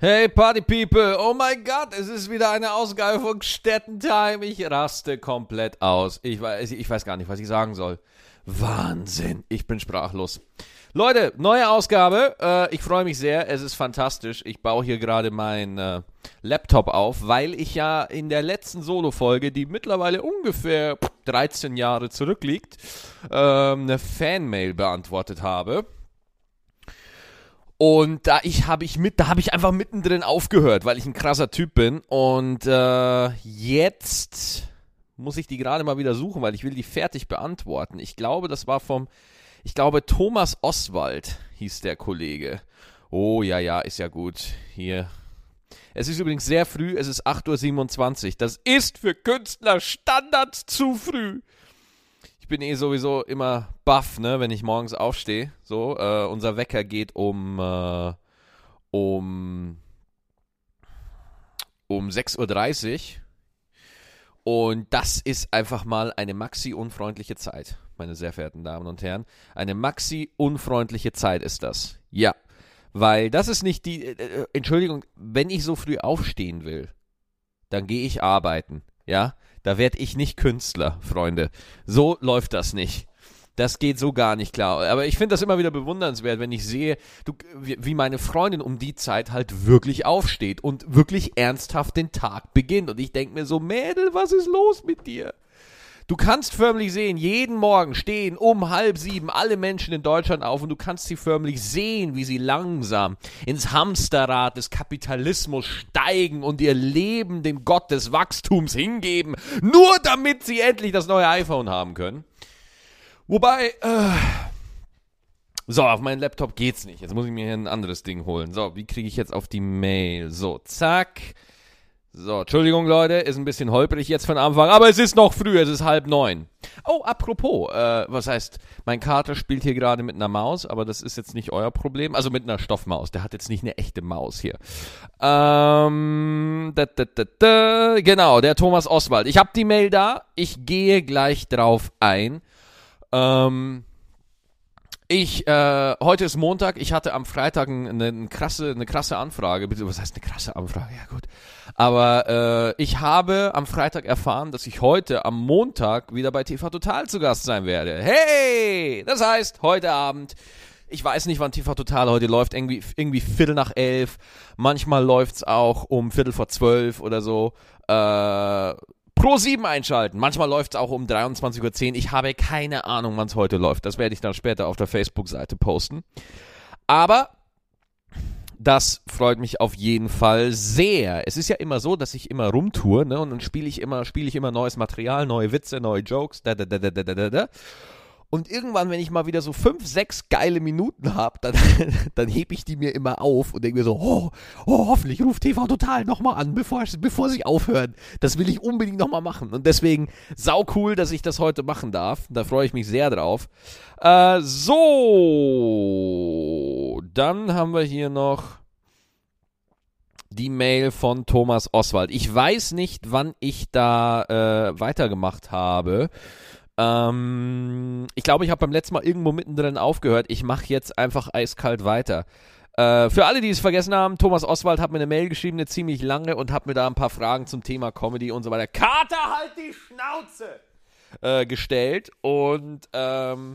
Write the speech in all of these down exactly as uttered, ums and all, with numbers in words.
Hey Party People, oh mein Gott, es ist wieder eine Ausgabe von Gstettentime. Ich raste komplett aus. Ich weiß, ich weiß gar nicht, was ich sagen soll. Wahnsinn, ich bin sprachlos. Leute, neue Ausgabe. Äh, ich freue mich sehr, es ist fantastisch. Ich baue hier gerade meinen äh, Laptop auf, weil ich ja in der letzten Solo-Folge, die mittlerweile ungefähr dreizehn Jahre zurückliegt, äh, eine Fanmail beantwortet habe. Und da ich habe ich mit, da habe ich einfach mittendrin aufgehört, weil ich ein krasser Typ bin. Und äh, jetzt muss ich die gerade mal wieder suchen, weil ich will die fertig beantworten. Ich glaube, das war vom, ich glaube Thomas Oswald hieß der Kollege. Oh ja, ja, ist ja gut. Hier. Es ist übrigens sehr früh, es ist acht Uhr siebenundzwanzig. Das ist für Künstler Standard zu früh. Ich bin eh sowieso immer baff, ne, wenn ich morgens aufstehe. So, äh, unser Wecker geht um, äh, um, um sechs Uhr dreißig. Und das ist einfach mal eine maxi-unfreundliche Zeit, meine sehr verehrten Damen und Herren. Eine maxi-unfreundliche Zeit ist das. Ja, weil das ist nicht die, äh, Entschuldigung, wenn ich so früh aufstehen will, dann gehe ich arbeiten, ja. Da werde ich nicht Künstler, Freunde. So läuft das nicht. Das geht so gar nicht klar. Aber ich finde das immer wieder bewundernswert, wenn ich sehe, du, wie meine Freundin um die Zeit halt wirklich aufsteht und wirklich ernsthaft den Tag beginnt. Und ich denke mir so, Mädel, was ist los mit dir? Du kannst förmlich sehen, jeden Morgen stehen um halb sieben alle Menschen in Deutschland auf und du kannst sie förmlich sehen, wie sie langsam ins Hamsterrad des Kapitalismus steigen und ihr Leben dem Gott des Wachstums hingeben, nur damit sie endlich das neue iPhone haben können. Wobei, äh, so, auf meinen Laptop geht's nicht. Jetzt muss ich mir hier ein anderes Ding holen. So, wie kriege ich jetzt auf die Mail? So, zack. So, Entschuldigung Leute, ist ein bisschen holprig jetzt von Anfang, aber es ist noch früh, es ist halb neun. Oh, apropos, äh, was heißt, mein Kater spielt hier gerade mit einer Maus, aber das ist jetzt nicht euer Problem, also mit einer Stoffmaus, der hat jetzt nicht eine echte Maus hier. Ähm, da, da, da, da, genau, der Thomas Oswald. Ich habe die Mail da, ich gehe gleich drauf ein. Ähm... Ich, äh, heute ist Montag, ich hatte am Freitag eine, eine, krasse, eine krasse Anfrage, was heißt eine krasse Anfrage, ja gut, aber äh, ich habe am Freitag erfahren, dass ich heute am Montag wieder bei T V Total zu Gast sein werde. Hey, das heißt, heute Abend, ich weiß nicht, wann T V Total heute läuft, irgendwie, irgendwie Viertel nach elf, manchmal läuft's auch um Viertel vor zwölf oder so, äh, Pro sieben einschalten. Manchmal läuft es auch um dreiundzwanzig Uhr zehn. Ich habe keine Ahnung, wann es heute läuft. Das werde ich dann später auf der Facebook-Seite posten. Aber das freut mich auf jeden Fall sehr. Es ist ja immer so, dass ich immer rumtoure, ne? Und dann spiele ich immer, spiele ich immer neues Material, neue Witze, neue Jokes, da, da, da, da, da, da, da. Und irgendwann, wenn ich mal wieder so fünf, sechs geile Minuten habe, dann, dann hebe ich die mir immer auf und denke mir so, oh, oh, hoffentlich ruft T V Total nochmal an, bevor, bevor sie aufhören. Das will ich unbedingt nochmal machen. Und deswegen sau cool, dass ich das heute machen darf. Da freue ich mich sehr drauf. Äh, so, dann haben wir hier noch die Mail von Thomas Oswald. Ich weiß nicht, wann ich da äh, weitergemacht habe. Ähm, ich glaube, ich habe beim letzten Mal irgendwo mittendrin aufgehört. Ich mache jetzt einfach eiskalt weiter. Äh, für alle, die es vergessen haben, Thomas Oswald hat mir eine Mail geschrieben, eine ziemlich lange, und hat mir da ein paar Fragen zum Thema Comedy und so weiter. Kater, halt die Schnauze! Äh, gestellt. Und, ähm,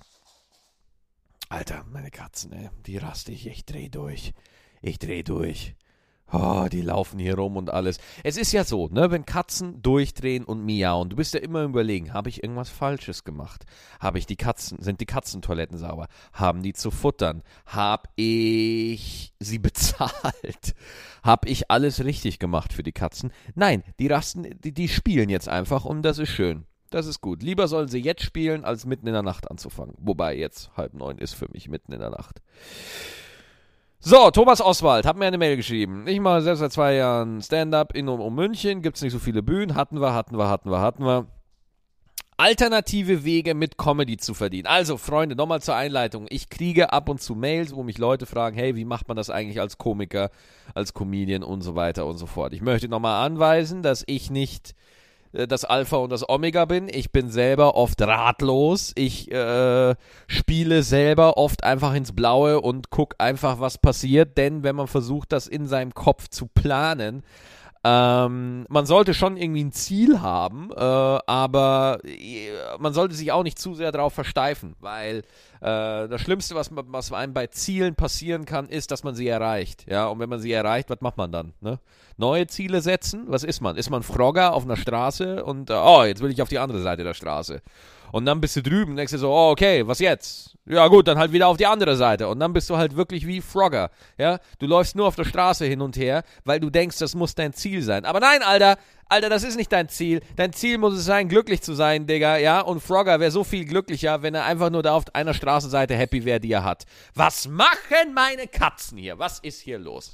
Alter, meine Katzen, ey, die raste ich. Ich dreh durch. Ich dreh durch. Oh, die laufen hier rum und alles. Es ist ja so, ne, wenn Katzen durchdrehen und miauen, du bist ja immer überlegen, habe ich irgendwas Falsches gemacht? Habe ich die Katzen, sind die Katzentoiletten sauber? Haben die zu futtern? Habe ich sie bezahlt? Habe ich alles richtig gemacht für die Katzen? Nein, die rasten, die, die spielen jetzt einfach und das ist schön. Das ist gut. Lieber sollen sie jetzt spielen, als mitten in der Nacht anzufangen. Wobei jetzt halb neun ist für mich mitten in der Nacht. So, Thomas Oswald hat mir eine Mail geschrieben. Ich mache selbst seit zwei Jahren Stand-up in und um München. Gibt's nicht so viele Bühnen. Hatten wir, hatten wir, hatten wir, hatten wir. Alternative Wege mit Comedy zu verdienen. Also, Freunde, nochmal zur Einleitung. Ich kriege ab und zu Mails, wo mich Leute fragen, hey, wie macht man das eigentlich als Komiker, als Comedian und so weiter und so fort. Ich möchte nochmal anweisen, dass ich nicht das Alpha und das Omega bin. Ich bin selber oft ratlos. Ich äh, spiele selber oft einfach ins Blaue und gucke einfach, was passiert. Denn wenn man versucht, das in seinem Kopf zu planen, ähm, man sollte schon irgendwie ein Ziel haben, äh, aber äh, man sollte sich auch nicht zu sehr darauf versteifen, weil äh, das Schlimmste, was, was einem bei Zielen passieren kann, ist, dass man sie erreicht. Ja, und wenn man sie erreicht, was macht man dann? Ne? Neue Ziele setzen? Was ist man? Ist man Frogger auf einer Straße und, äh, oh, jetzt will ich auf die andere Seite der Straße. Und dann bist du drüben und denkst dir so, oh, okay, was jetzt? Ja gut, dann halt wieder auf die andere Seite. Und dann bist du halt wirklich wie Frogger. Ja? Du läufst nur auf der Straße hin und her, weil du denkst, das muss dein Ziel sein. Aber nein, Alter, Alter, das ist nicht dein Ziel. Dein Ziel muss es sein, glücklich zu sein, Digga. Ja? Und Frogger wäre so viel glücklicher, wenn er einfach nur da auf einer Straßenseite happy wäre, die er hat. Was machen meine Katzen hier? Was ist hier los?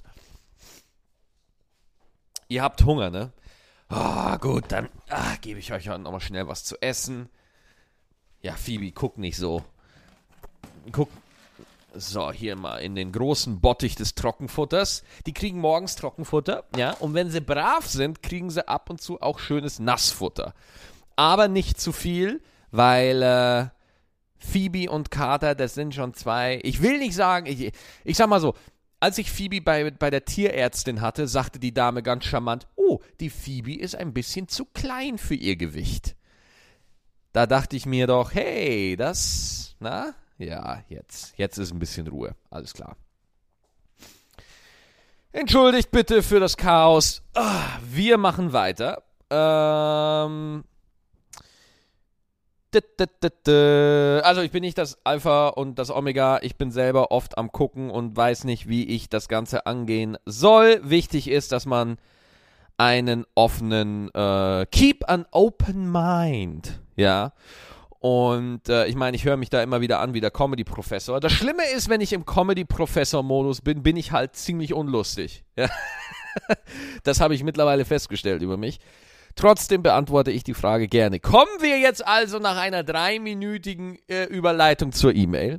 Ihr habt Hunger, ne? Ah, oh, gut, dann ah, gebe ich euch auch nochmal schnell was zu essen. Ja, Phoebe, guck nicht so. Guck. So, hier mal in den großen Bottich des Trockenfutters. Die kriegen morgens Trockenfutter, ja. Und wenn sie brav sind, kriegen sie ab und zu auch schönes Nassfutter. Aber nicht zu viel, weil äh, Phoebe und Carter, das sind schon zwei. Ich will nicht sagen, ich, ich sag mal so, als ich Phoebe bei, bei der Tierärztin hatte, sagte die Dame ganz charmant, oh, die Phoebe ist ein bisschen zu klein für ihr Gewicht. Da dachte ich mir doch, hey, das, na, ja, jetzt, jetzt ist ein bisschen Ruhe, alles klar. Entschuldigt bitte für das Chaos, ah, wir machen weiter. Ähm, also ich bin nicht das Alpha und das Omega, ich bin selber oft am Gucken und weiß nicht, wie ich das Ganze angehen soll. Wichtig ist, dass man einen offenen, äh, keep an open mind, ja, und äh, ich meine, ich höre mich da immer wieder an wie der Comedy-Professor. Das Schlimme ist, wenn ich im Comedy-Professor-Modus bin, bin ich halt ziemlich unlustig, ja, das habe ich mittlerweile festgestellt über mich. Trotzdem beantworte ich die Frage gerne. Kommen wir jetzt also nach einer dreiminütigen äh, Überleitung zur E-Mail.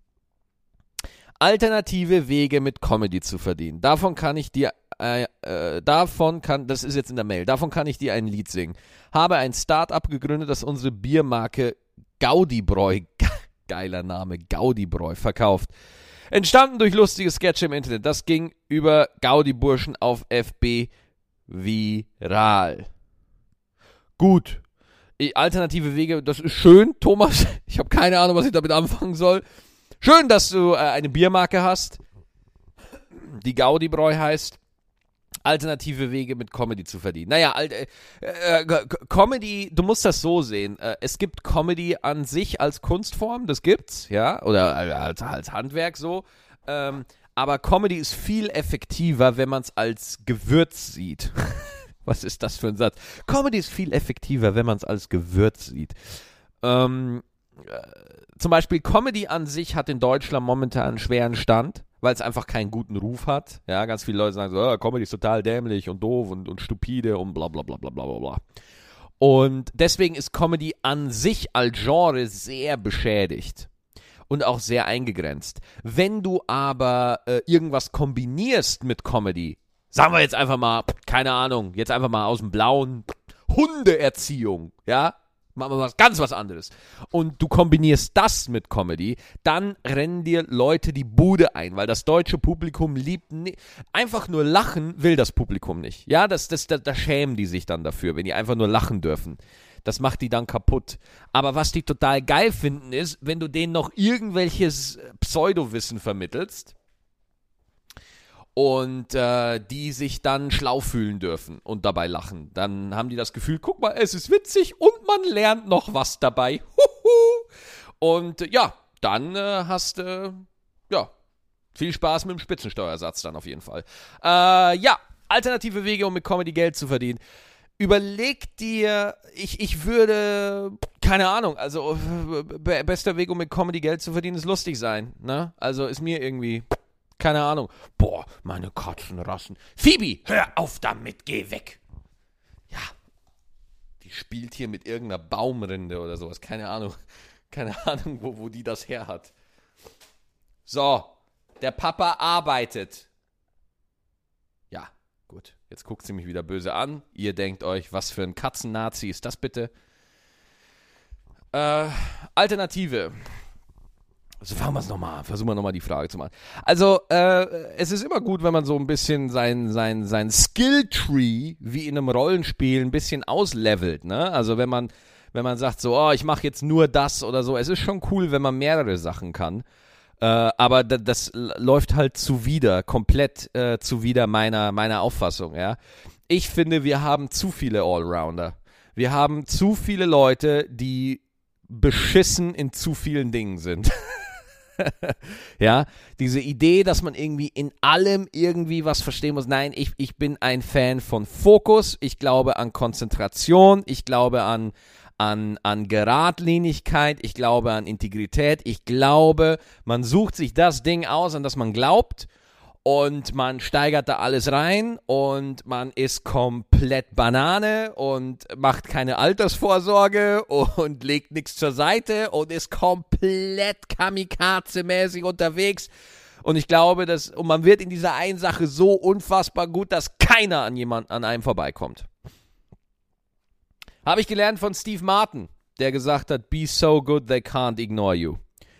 Alternative Wege mit Comedy zu verdienen. Davon kann ich dir, äh, äh, davon kann, das ist jetzt in der Mail, davon kann ich dir ein Lied singen. Habe ein Start-up gegründet, das unsere Biermarke Gaudibräu, geiler Name, Gaudibräu, verkauft. Entstanden durch lustige Sketche im Internet. Das ging über Gaudi-Burschen auf F B viral. Gut, alternative Wege, das ist schön, Thomas. Ich habe keine Ahnung, was ich damit anfangen soll. Schön, dass du äh, eine Biermarke hast, die Gaudibräu heißt. Alternative Wege mit Comedy zu verdienen. Naja, äh, äh, Comedy, du musst das so sehen. Äh, es gibt Comedy an sich als Kunstform, das gibt's, ja, oder als, als Handwerk so. Ähm, aber Comedy ist viel effektiver, wenn man es als Gewürz sieht. Was ist das für ein Satz? Comedy ist viel effektiver, wenn man es als Gewürz sieht. Ähm, äh, zum Beispiel Comedy an sich hat in Deutschland momentan einen schweren Stand, weil es einfach keinen guten Ruf hat. Ja, ganz viele Leute sagen so, oh, Comedy ist total dämlich und doof und, und stupide und bla bla bla bla bla bla. Und deswegen ist Comedy an sich als Genre sehr beschädigt und auch sehr eingegrenzt. Wenn du aber äh, irgendwas kombinierst mit Comedy, sagen wir jetzt einfach mal, keine Ahnung, jetzt einfach mal aus dem Blauen, Hundeerziehung, ja, machen wir was ganz was anderes. Und du kombinierst das mit Comedy, dann rennen dir Leute die Bude ein, weil das deutsche Publikum liebt, ni- einfach nur lachen will das Publikum nicht. Ja, das, das, da, da schämen die sich dann dafür, wenn die einfach nur lachen dürfen. Das macht die dann kaputt. Aber was die total geil finden ist, wenn du denen noch irgendwelches Pseudowissen vermittelst, und äh, die sich dann schlau fühlen dürfen und dabei lachen. Dann haben die das Gefühl, guck mal, es ist witzig und man lernt noch was dabei. Huhu. Und äh, ja, dann äh, hast du, äh, ja, viel Spaß mit dem Spitzensteuersatz dann auf jeden Fall. Äh, ja, alternative Wege, um mit Comedy Geld zu verdienen. Überleg dir, ich, ich würde, keine Ahnung, also be- bester Weg, um mit Comedy Geld zu verdienen, ist lustig sein. Ne? Also ist mir irgendwie... Keine Ahnung. Boah, meine Katzenrassen. Phoebe, hör auf damit, geh weg. Ja, die spielt hier mit irgendeiner Baumrinde oder sowas. Keine Ahnung. Keine Ahnung, wo, wo die das her hat. So, der Papa arbeitet. Ja, Gut, jetzt guckt sie mich wieder böse an. Ihr denkt euch, was für ein Katzennazi ist das bitte? Äh, Alternative. Also fahren wir es nochmal, versuchen wir nochmal die Frage zu machen. Also, äh, es ist immer gut, wenn man so ein bisschen sein, sein, sein Skill-Tree, wie in einem Rollenspiel, ein bisschen auslevelt, ne? Also wenn man, wenn man sagt so, oh, ich mache jetzt nur das oder so. Es ist schon cool, wenn man mehrere Sachen kann. Äh, aber d- das läuft halt zuwider, komplett äh, zuwider meiner, meiner Auffassung, ja. Ich finde, wir haben zu viele Allrounder. Wir haben zu viele Leute, die beschissen in zu vielen Dingen sind. Ja, diese Idee, dass man irgendwie in allem irgendwie was verstehen muss. Nein, ich, ich bin ein Fan von Fokus. Ich glaube an Konzentration. Ich glaube an, an, an Geradlinigkeit. Ich glaube an Integrität. Ich glaube, man sucht sich das Ding aus, an das man glaubt. Und man steigert da alles rein und man ist komplett Banane und macht keine Altersvorsorge und legt nichts zur Seite und ist komplett Kamikaze-mäßig unterwegs. Und ich glaube, dass, und man wird in dieser einen Sache so unfassbar gut, dass keiner an jemand, an einem vorbeikommt. Habe ich gelernt von Steve Martin, der gesagt hat, be so good they can't ignore you.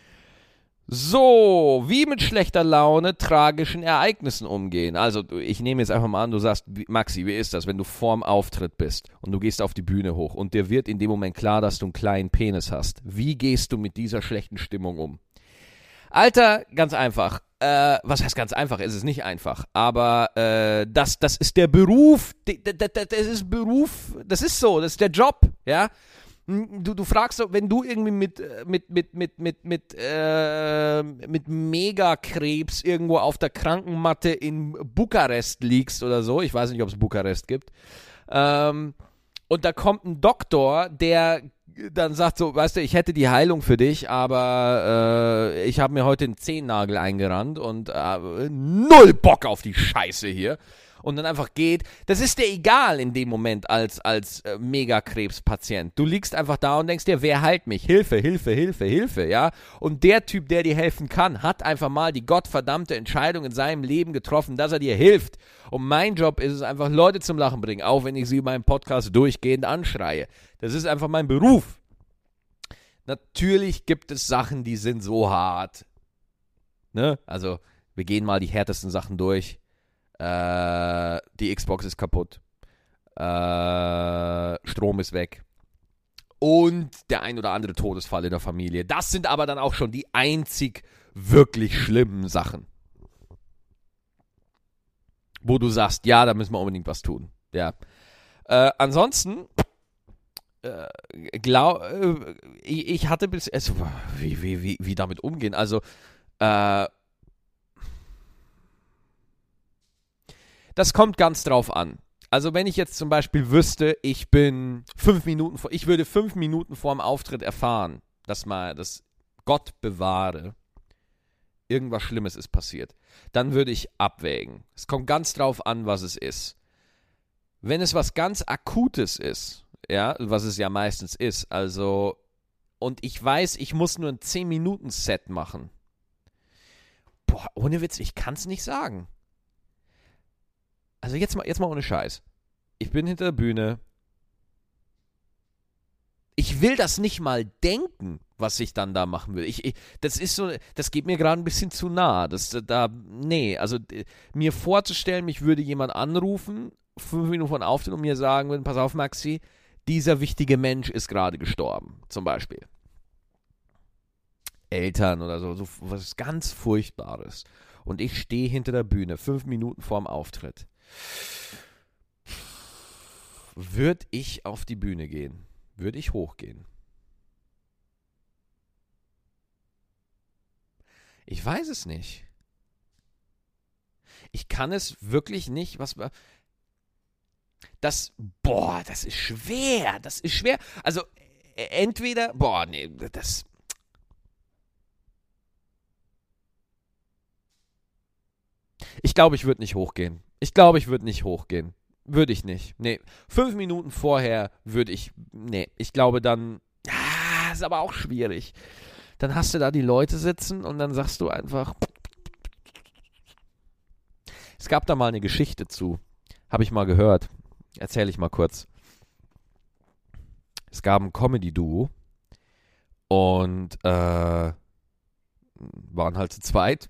So, wie mit schlechter Laune tragischen Ereignissen umgehen. Also, ich nehme jetzt einfach mal an, du sagst, Maxi, wie ist das, wenn du vorm Auftritt bist und du gehst auf die Bühne hoch und dir wird in dem Moment klar, dass du einen kleinen Penis hast. Wie gehst du mit dieser schlechten Stimmung um? Alter, ganz einfach. Äh, was heißt ganz einfach? Es ist nicht einfach. Aber äh, das, das ist der Beruf. Das ist Beruf. Das ist so. Das ist der Job. Ja. Du, du fragst, wenn du irgendwie mit, mit, mit, mit, mit, mit, äh, mit Megakrebs irgendwo auf der Krankenmatte in Bukarest liegst oder so, ich weiß nicht, ob es Bukarest gibt, ähm, und da kommt ein Doktor, der dann sagt so, weißt du, ich hätte die Heilung für dich, aber äh, ich habe mir heute einen Zehennagel eingerannt und äh, null Bock auf die Scheiße hier. Und dann einfach geht, das ist dir egal in dem Moment als, als äh, Megakrebspatient. Du liegst einfach da und denkst dir, wer heilt mich? Hilfe, Hilfe, Hilfe, Hilfe, ja? Und der Typ, der dir helfen kann, hat einfach mal die gottverdammte Entscheidung in seinem Leben getroffen, dass er dir hilft. Und mein Job ist es einfach, Leute zum Lachen bringen, auch wenn ich sie in meinem Podcast durchgehend anschreie. Das ist einfach mein Beruf. Natürlich gibt es Sachen, die sind so hart. Ne? Also, wir gehen mal die härtesten Sachen durch. Uh, die Xbox ist kaputt, uh, Strom ist weg und der ein oder andere Todesfall in der Familie. Das sind aber dann auch schon die einzig wirklich schlimmen Sachen, wo du sagst, ja, da müssen wir unbedingt was tun. Ja. Uh, ansonsten, uh, glaub, uh, ich, ich hatte bis, also, wie, wie, wie, wie damit umgehen, also, äh, uh, das kommt ganz drauf an. Also wenn ich jetzt zum Beispiel wüsste, ich bin fünf Minuten vor, ich würde fünf Minuten vor dem Auftritt erfahren, dass mal, dass Gott bewahre, irgendwas Schlimmes ist passiert, dann würde ich abwägen. Es kommt ganz drauf an, was es ist. Wenn es was ganz Akutes ist, ja, was es ja meistens ist, also, und ich weiß, ich muss nur ein zehn Minuten Set machen. Boah, ohne Witz, ich kann es nicht sagen. Also jetzt mal, jetzt mal ohne Scheiß. Ich bin hinter der Bühne. Ich will das nicht mal denken, was ich dann da machen will. Ich, ich, das ist so, das geht mir gerade ein bisschen zu nah. Das, da, nee, also mir vorzustellen, mich würde jemand anrufen, fünf Minuten von Auftritt und mir sagen würden, pass auf Maxi, dieser wichtige Mensch ist gerade gestorben, zum Beispiel. Eltern oder so, so was ganz Furchtbares. Und ich stehe hinter der Bühne, fünf Minuten vorm Auftritt. Würde ich auf die Bühne gehen? Würde ich hochgehen? Ich weiß es nicht. Ich kann es wirklich nicht, was... Das, boah, das ist schwer, das ist schwer. Also, entweder, boah, nee, das... Ich glaube, ich würde nicht hochgehen. Ich glaube, ich würde nicht hochgehen. Würde ich nicht. Nee. Fünf Minuten vorher würde ich. Nee. Ich glaube dann. Ah, ist aber auch schwierig. Dann hast du da die Leute sitzen und dann sagst du einfach. Es gab da mal eine Geschichte zu. Habe ich mal gehört. Erzähle ich mal kurz. Es gab ein Comedy-Duo und äh, waren halt zu zweit.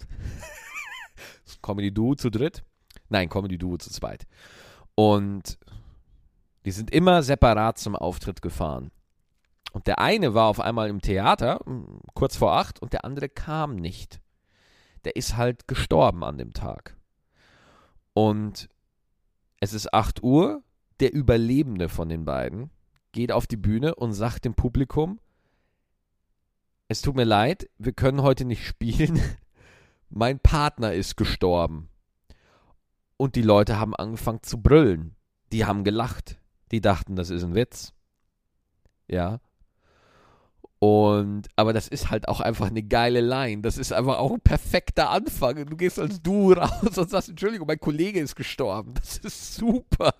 Comedy-Duo zu dritt. Nein, Comedy-Duo zu zweit. Und die sind immer separat zum Auftritt gefahren. Und der eine war auf einmal im Theater, kurz vor acht, und der andere kam nicht. Der ist halt gestorben an dem Tag. Und es ist acht Uhr, der Überlebende von den beiden geht auf die Bühne und sagt dem Publikum, es tut mir leid, wir können heute nicht spielen, mein Partner ist gestorben. Und die Leute haben angefangen zu brüllen. Die haben gelacht. Die dachten, das ist ein Witz. Ja. Und, aber das ist halt auch einfach eine geile Line. Das ist einfach auch ein perfekter Anfang. Du gehst als Du raus und sagst, Entschuldigung, mein Kollege ist gestorben. Das ist super.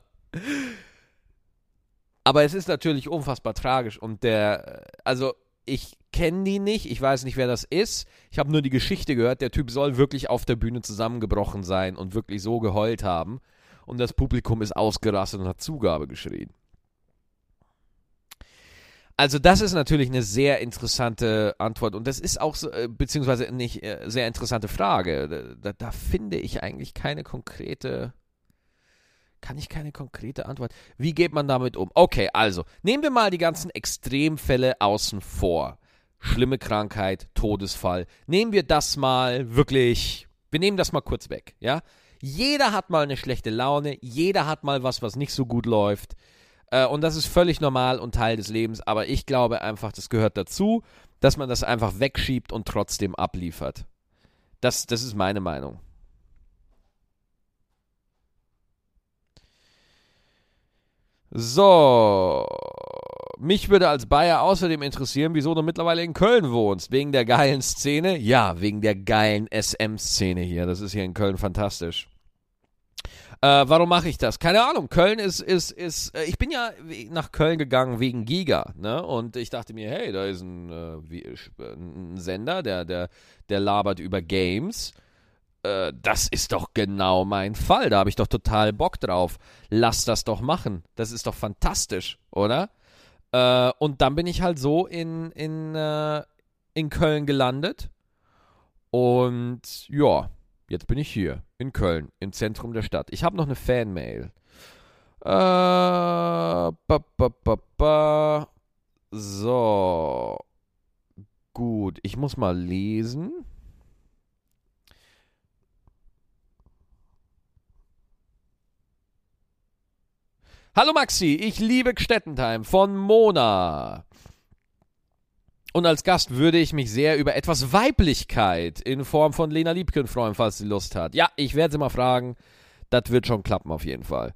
Aber es ist natürlich unfassbar tragisch. Und der, also ich kenne die nicht, ich weiß nicht, wer das ist. Ich habe nur die Geschichte gehört, der Typ soll wirklich auf der Bühne zusammengebrochen sein und wirklich so geheult haben. Und das Publikum ist ausgerastet und hat Zugabe geschrien. Also das ist natürlich eine sehr interessante Antwort und das ist auch, so, beziehungsweise nicht äh, sehr interessante Frage. Da, da finde ich eigentlich keine konkrete, kann ich keine konkrete Antwort. Wie geht man damit um? Okay, also nehmen wir mal die ganzen Extremfälle außen vor. Schlimme Krankheit, Todesfall. Nehmen wir das mal wirklich, wir nehmen das mal kurz weg, ja? Jeder hat mal eine schlechte Laune, jeder hat mal was, was nicht so gut läuft. Und das ist völlig normal und Teil des Lebens, aber ich glaube einfach, das gehört dazu, dass man das einfach wegschiebt und trotzdem abliefert. Das, das ist meine Meinung. So, mich würde als Bayer außerdem interessieren, wieso du mittlerweile in Köln wohnst. Wegen der geilen Szene? Ja, wegen der geilen S M-Szene hier. Das ist hier in Köln fantastisch. Äh, warum mache ich das? Keine Ahnung. Köln ist, ist, ist, äh, ich bin ja nach Köln gegangen wegen Giga, ne? Und ich dachte mir, hey, da ist ein, äh, wie, ein Sender, der, der, der labert über Games. Äh, das ist doch genau mein Fall. Da habe ich doch total Bock drauf. Lass das doch machen. Das ist doch fantastisch, oder? Äh, und dann bin ich halt so in, in, äh, in Köln gelandet. Und ja. Jetzt bin ich hier, in Köln, im Zentrum der Stadt. Ich habe noch eine Fanmail. Äh, ba, ba, ba, ba. So. Gut, ich muss mal lesen. Hallo Maxi, ich liebe Gstettentime von Mona. Und als Gast würde ich mich sehr über etwas Weiblichkeit in Form von Lena Liebken freuen, falls sie Lust hat. Ja, ich werde sie mal fragen. Das wird schon klappen auf jeden Fall.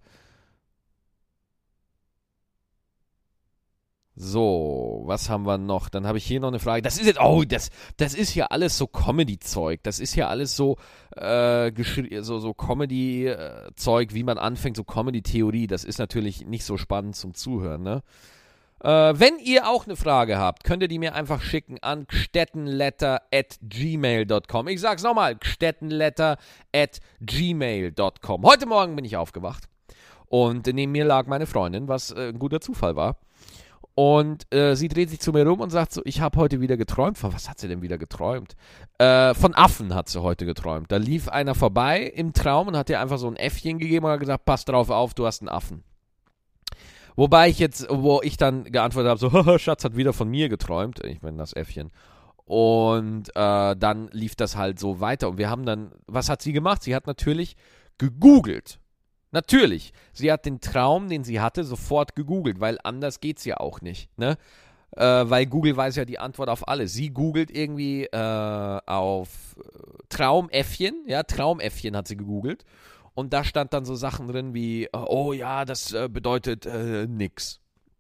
So, was haben wir noch? Dann habe ich hier noch eine Frage. Das ist jetzt, oh, das, das ist hier alles so Comedy-Zeug. Das ist hier alles so, äh, so, so Comedy-Zeug, wie man anfängt, so Comedy-Theorie. Das ist natürlich nicht so spannend zum Zuhören, ne? Äh, wenn ihr auch eine Frage habt, könnt ihr die mir einfach schicken an gstettenletter at gmail dot com. Ich sag's nochmal, gstettenletter at gmail dot com. Heute Morgen bin ich aufgewacht und neben mir lag meine Freundin, was äh, ein guter Zufall war. Und äh, sie dreht sich zu mir rum und sagt so, ich habe heute wieder geträumt. Von was hat sie denn wieder geträumt? Äh, von Affen hat sie heute geträumt. Da lief einer vorbei im Traum und hat ihr einfach so ein Äffchen gegeben und hat gesagt, pass drauf auf, du hast einen Affen. Wobei ich jetzt, wo ich dann geantwortet habe, so, haha, Schatz hat wieder von mir geträumt. Ich meine, das Äffchen. Und äh, dann lief das halt so weiter. Und wir haben dann, was hat sie gemacht? Sie hat natürlich gegoogelt. Natürlich. Sie hat den Traum, den sie hatte, sofort gegoogelt, weil anders geht's ja auch nicht, ne? Äh, weil Google weiß ja die Antwort auf alles. Sie googelt irgendwie äh, auf Traumäffchen, ja, Traumäffchen hat sie gegoogelt. Und da stand dann so Sachen drin wie, oh ja, das äh, bedeutet äh, nix.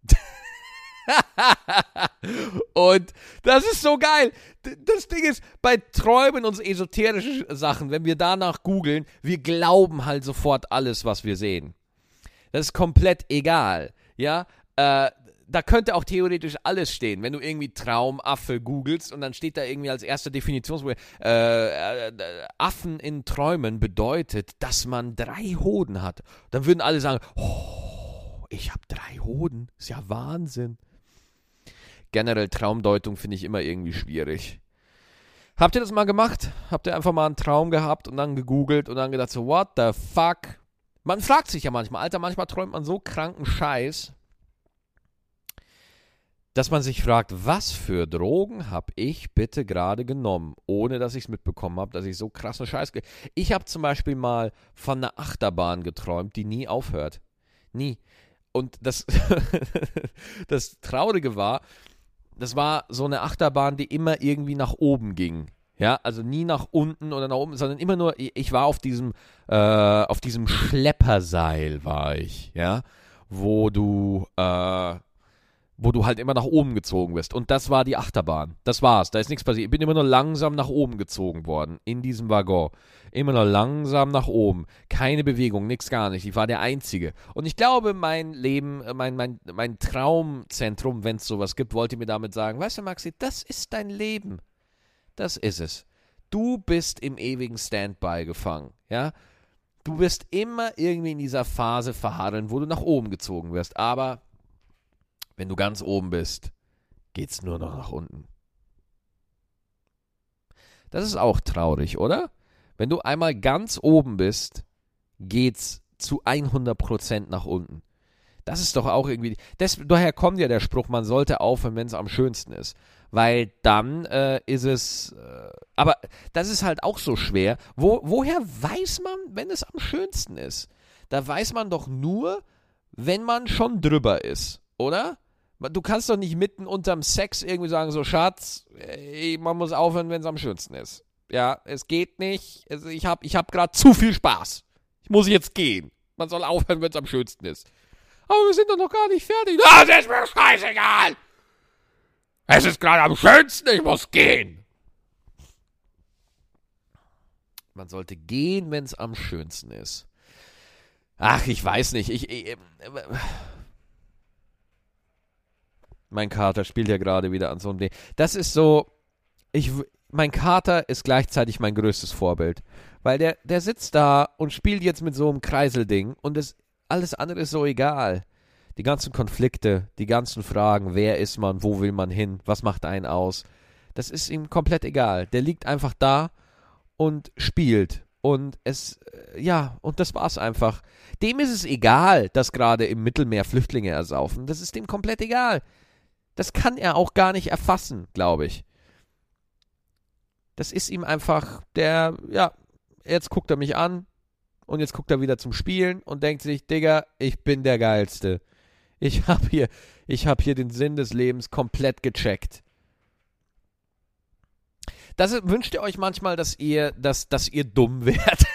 Und das ist so geil. Das Ding ist, bei Träumen und so esoterischen Sachen, wenn wir danach googeln, wir glauben halt sofort alles, was wir sehen. Das ist komplett egal. Ja, äh, da könnte auch theoretisch alles stehen, wenn du irgendwie Traumaffe googelst und dann steht da irgendwie als erste Definition, äh, äh, Affen in Träumen bedeutet, dass man drei Hoden hat. Dann würden alle sagen, oh, ich habe drei Hoden, ist ja Wahnsinn. Generell Traumdeutung finde ich immer irgendwie schwierig. Habt ihr das mal gemacht? Habt ihr einfach mal einen Traum gehabt und dann gegoogelt und dann gedacht so, what the fuck? Man fragt sich ja manchmal, Alter, manchmal träumt man so kranken Scheiß, dass man sich fragt, was für Drogen habe ich bitte gerade genommen, ohne dass ich es mitbekommen habe, dass ich so krassen Scheiß... Ge- ich habe zum Beispiel mal von einer Achterbahn geträumt, die nie aufhört. Nie. Und das, das Traurige war, das war so eine Achterbahn, die immer irgendwie nach oben ging. Ja, also nie nach unten oder nach oben, sondern immer nur, ich war auf diesem, äh, auf diesem Schlepperseil war ich, ja, wo du, äh, wo du halt immer nach oben gezogen wirst. Und das war die Achterbahn. Das war's. Da ist nichts passiert. Ich bin immer nur langsam nach oben gezogen worden. In diesem Waggon. Immer nur langsam nach oben. Keine Bewegung, nichts gar nicht. Ich war der Einzige. Und ich glaube, mein Leben, mein, mein, mein Traumzentrum, wenn es sowas gibt, wollte mir damit sagen, weißt du, Maxi, das ist dein Leben. Das ist es. Du bist im ewigen Standby gefangen. Ja? Du wirst immer irgendwie in dieser Phase verharren, wo du nach oben gezogen wirst. Aber wenn du ganz oben bist, geht's nur noch nach unten. Das ist auch traurig, oder? Wenn du einmal ganz oben bist, geht's zu hundert Prozent nach unten. Das ist doch auch irgendwie... Das, daher kommt ja der Spruch, man sollte aufhören, wenn es am schönsten ist. Weil dann äh, ist es... Äh, aber das ist halt auch so schwer. Wo, woher weiß man, wenn es am schönsten ist? Da weiß man doch nur, wenn man schon drüber ist, oder? Du kannst doch nicht mitten unterm Sex irgendwie sagen, so Schatz, ey, man muss aufhören, wenn es am schönsten ist. Ja, es geht nicht. Also ich habe ich hab gerade zu viel Spaß. Ich muss jetzt gehen. Man soll aufhören, wenn es am schönsten ist. Aber wir sind doch noch gar nicht fertig. Das ist mir scheißegal. Es ist gerade am schönsten, ich muss gehen. Man sollte gehen, wenn es am schönsten ist. Ach, ich weiß nicht. Ich... ich äh, Mein Kater spielt ja gerade wieder an so einem Ding. Das ist so, ich, mein Kater ist gleichzeitig mein größtes Vorbild. Weil der, der sitzt da und spielt jetzt mit so einem Kreiselding und das, alles andere ist so egal. Die ganzen Konflikte, die ganzen Fragen, wer ist man, wo will man hin, was macht einen aus, das ist ihm komplett egal. Der liegt einfach da und spielt. Und es, ja, und das war's einfach. Dem ist es egal, dass gerade im Mittelmeer Flüchtlinge ersaufen. Das ist dem komplett egal. Das kann er auch gar nicht erfassen, glaube ich. Das ist ihm einfach, der, ja, jetzt guckt er mich an und jetzt guckt er wieder zum Spielen und denkt sich, Digga, ich bin der Geilste. Ich hab hier, ich hab hier den Sinn des Lebens komplett gecheckt. Das ist, wünscht ihr euch manchmal, dass ihr, dass, dass ihr dumm werdet?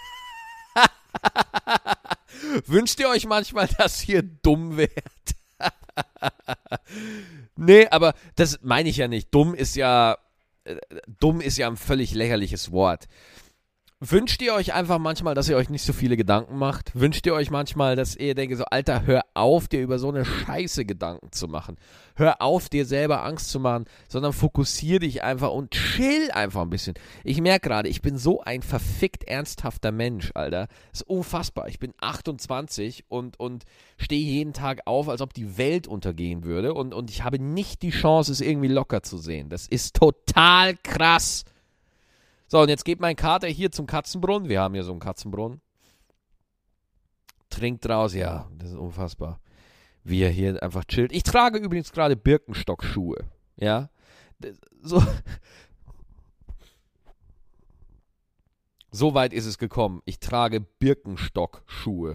Wünscht ihr euch manchmal, dass ihr dumm werdet? Nee, aber das meine ich ja nicht. Dumm ist ja, äh, dumm ist ja ein völlig lächerliches Wort. Wünscht ihr euch einfach manchmal, dass ihr euch nicht so viele Gedanken macht? Wünscht ihr euch manchmal, dass ihr denkt so, Alter, hör auf, dir über so eine Scheiße Gedanken zu machen. Hör auf, dir selber Angst zu machen, sondern fokussier dich einfach und chill einfach ein bisschen. Ich merke gerade, ich bin so ein verfickt ernsthafter Mensch, Alter. Das ist unfassbar. Ich bin achtundzwanzig und, und stehe jeden Tag auf, als ob die Welt untergehen würde und, und ich habe nicht die Chance, es irgendwie locker zu sehen. Das ist total krass. So, und jetzt geht mein Kater hier zum Katzenbrunnen. Wir haben hier so einen Katzenbrunnen. Trinkt raus. Ja, das ist unfassbar. Wie er hier einfach chillt. Ich trage übrigens gerade Birkenstock-Schuhe. Ja. So. So weit ist es gekommen. Ich trage Birkenstock-Schuhe.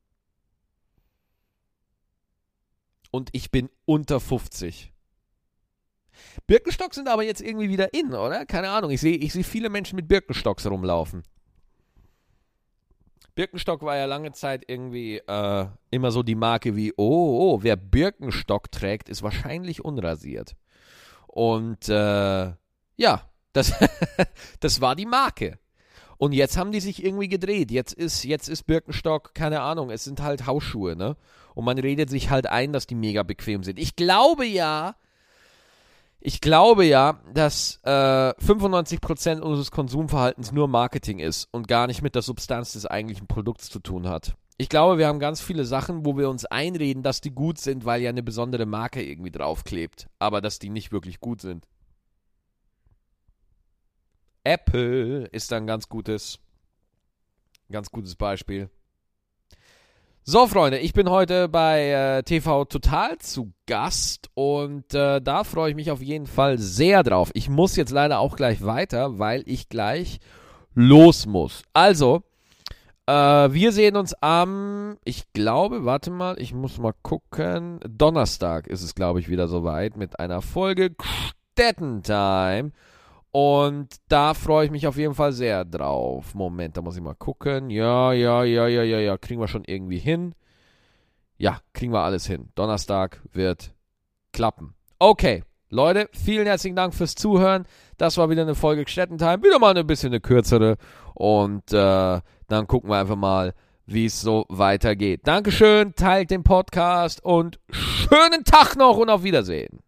Und ich bin unter fünfzig. Birkenstocks sind aber jetzt irgendwie wieder in, oder? Keine Ahnung. Ich sehe ich seh viele Menschen mit Birkenstocks rumlaufen. Birkenstock war ja lange Zeit irgendwie äh, immer so die Marke wie, oh, oh, wer Birkenstock trägt, ist wahrscheinlich unrasiert. Und äh, ja, das, das war die Marke. Und jetzt haben die sich irgendwie gedreht. Jetzt ist, jetzt ist Birkenstock, keine Ahnung, es sind halt Hausschuhe, ne? Und man redet sich halt ein, dass die mega bequem sind. Ich glaube ja, ich glaube ja, dass äh, fünfundneunzig Prozent unseres Konsumverhaltens nur Marketing ist und gar nicht mit der Substanz des eigentlichen Produkts zu tun hat. Ich glaube, wir haben ganz viele Sachen, wo wir uns einreden, dass die gut sind, weil ja eine besondere Marke irgendwie draufklebt, aber dass die nicht wirklich gut sind. Apple ist ein ganz gutes, ganz gutes Beispiel. So, Freunde, ich bin heute bei äh, T V Total zu Gast und äh, da freue ich mich auf jeden Fall sehr drauf. Ich muss jetzt leider auch gleich weiter, weil ich gleich los muss. Also, äh, wir sehen uns am, ich glaube, warte mal, ich muss mal gucken, Donnerstag ist es, glaube ich, wieder soweit mit einer Folge Stettentime. Und da freue ich mich auf jeden Fall sehr drauf. Moment, da muss ich mal gucken. Ja, ja, ja, ja, ja, ja. Kriegen wir schon irgendwie hin. Ja, kriegen wir alles hin. Donnerstag wird klappen. Okay, Leute, vielen herzlichen Dank fürs Zuhören. Das war wieder eine Folge Stettentime. Wieder mal ein bisschen eine kürzere. Und äh, dann gucken wir einfach mal, wie es so weitergeht. Dankeschön, teilt den Podcast und schönen Tag noch und auf Wiedersehen.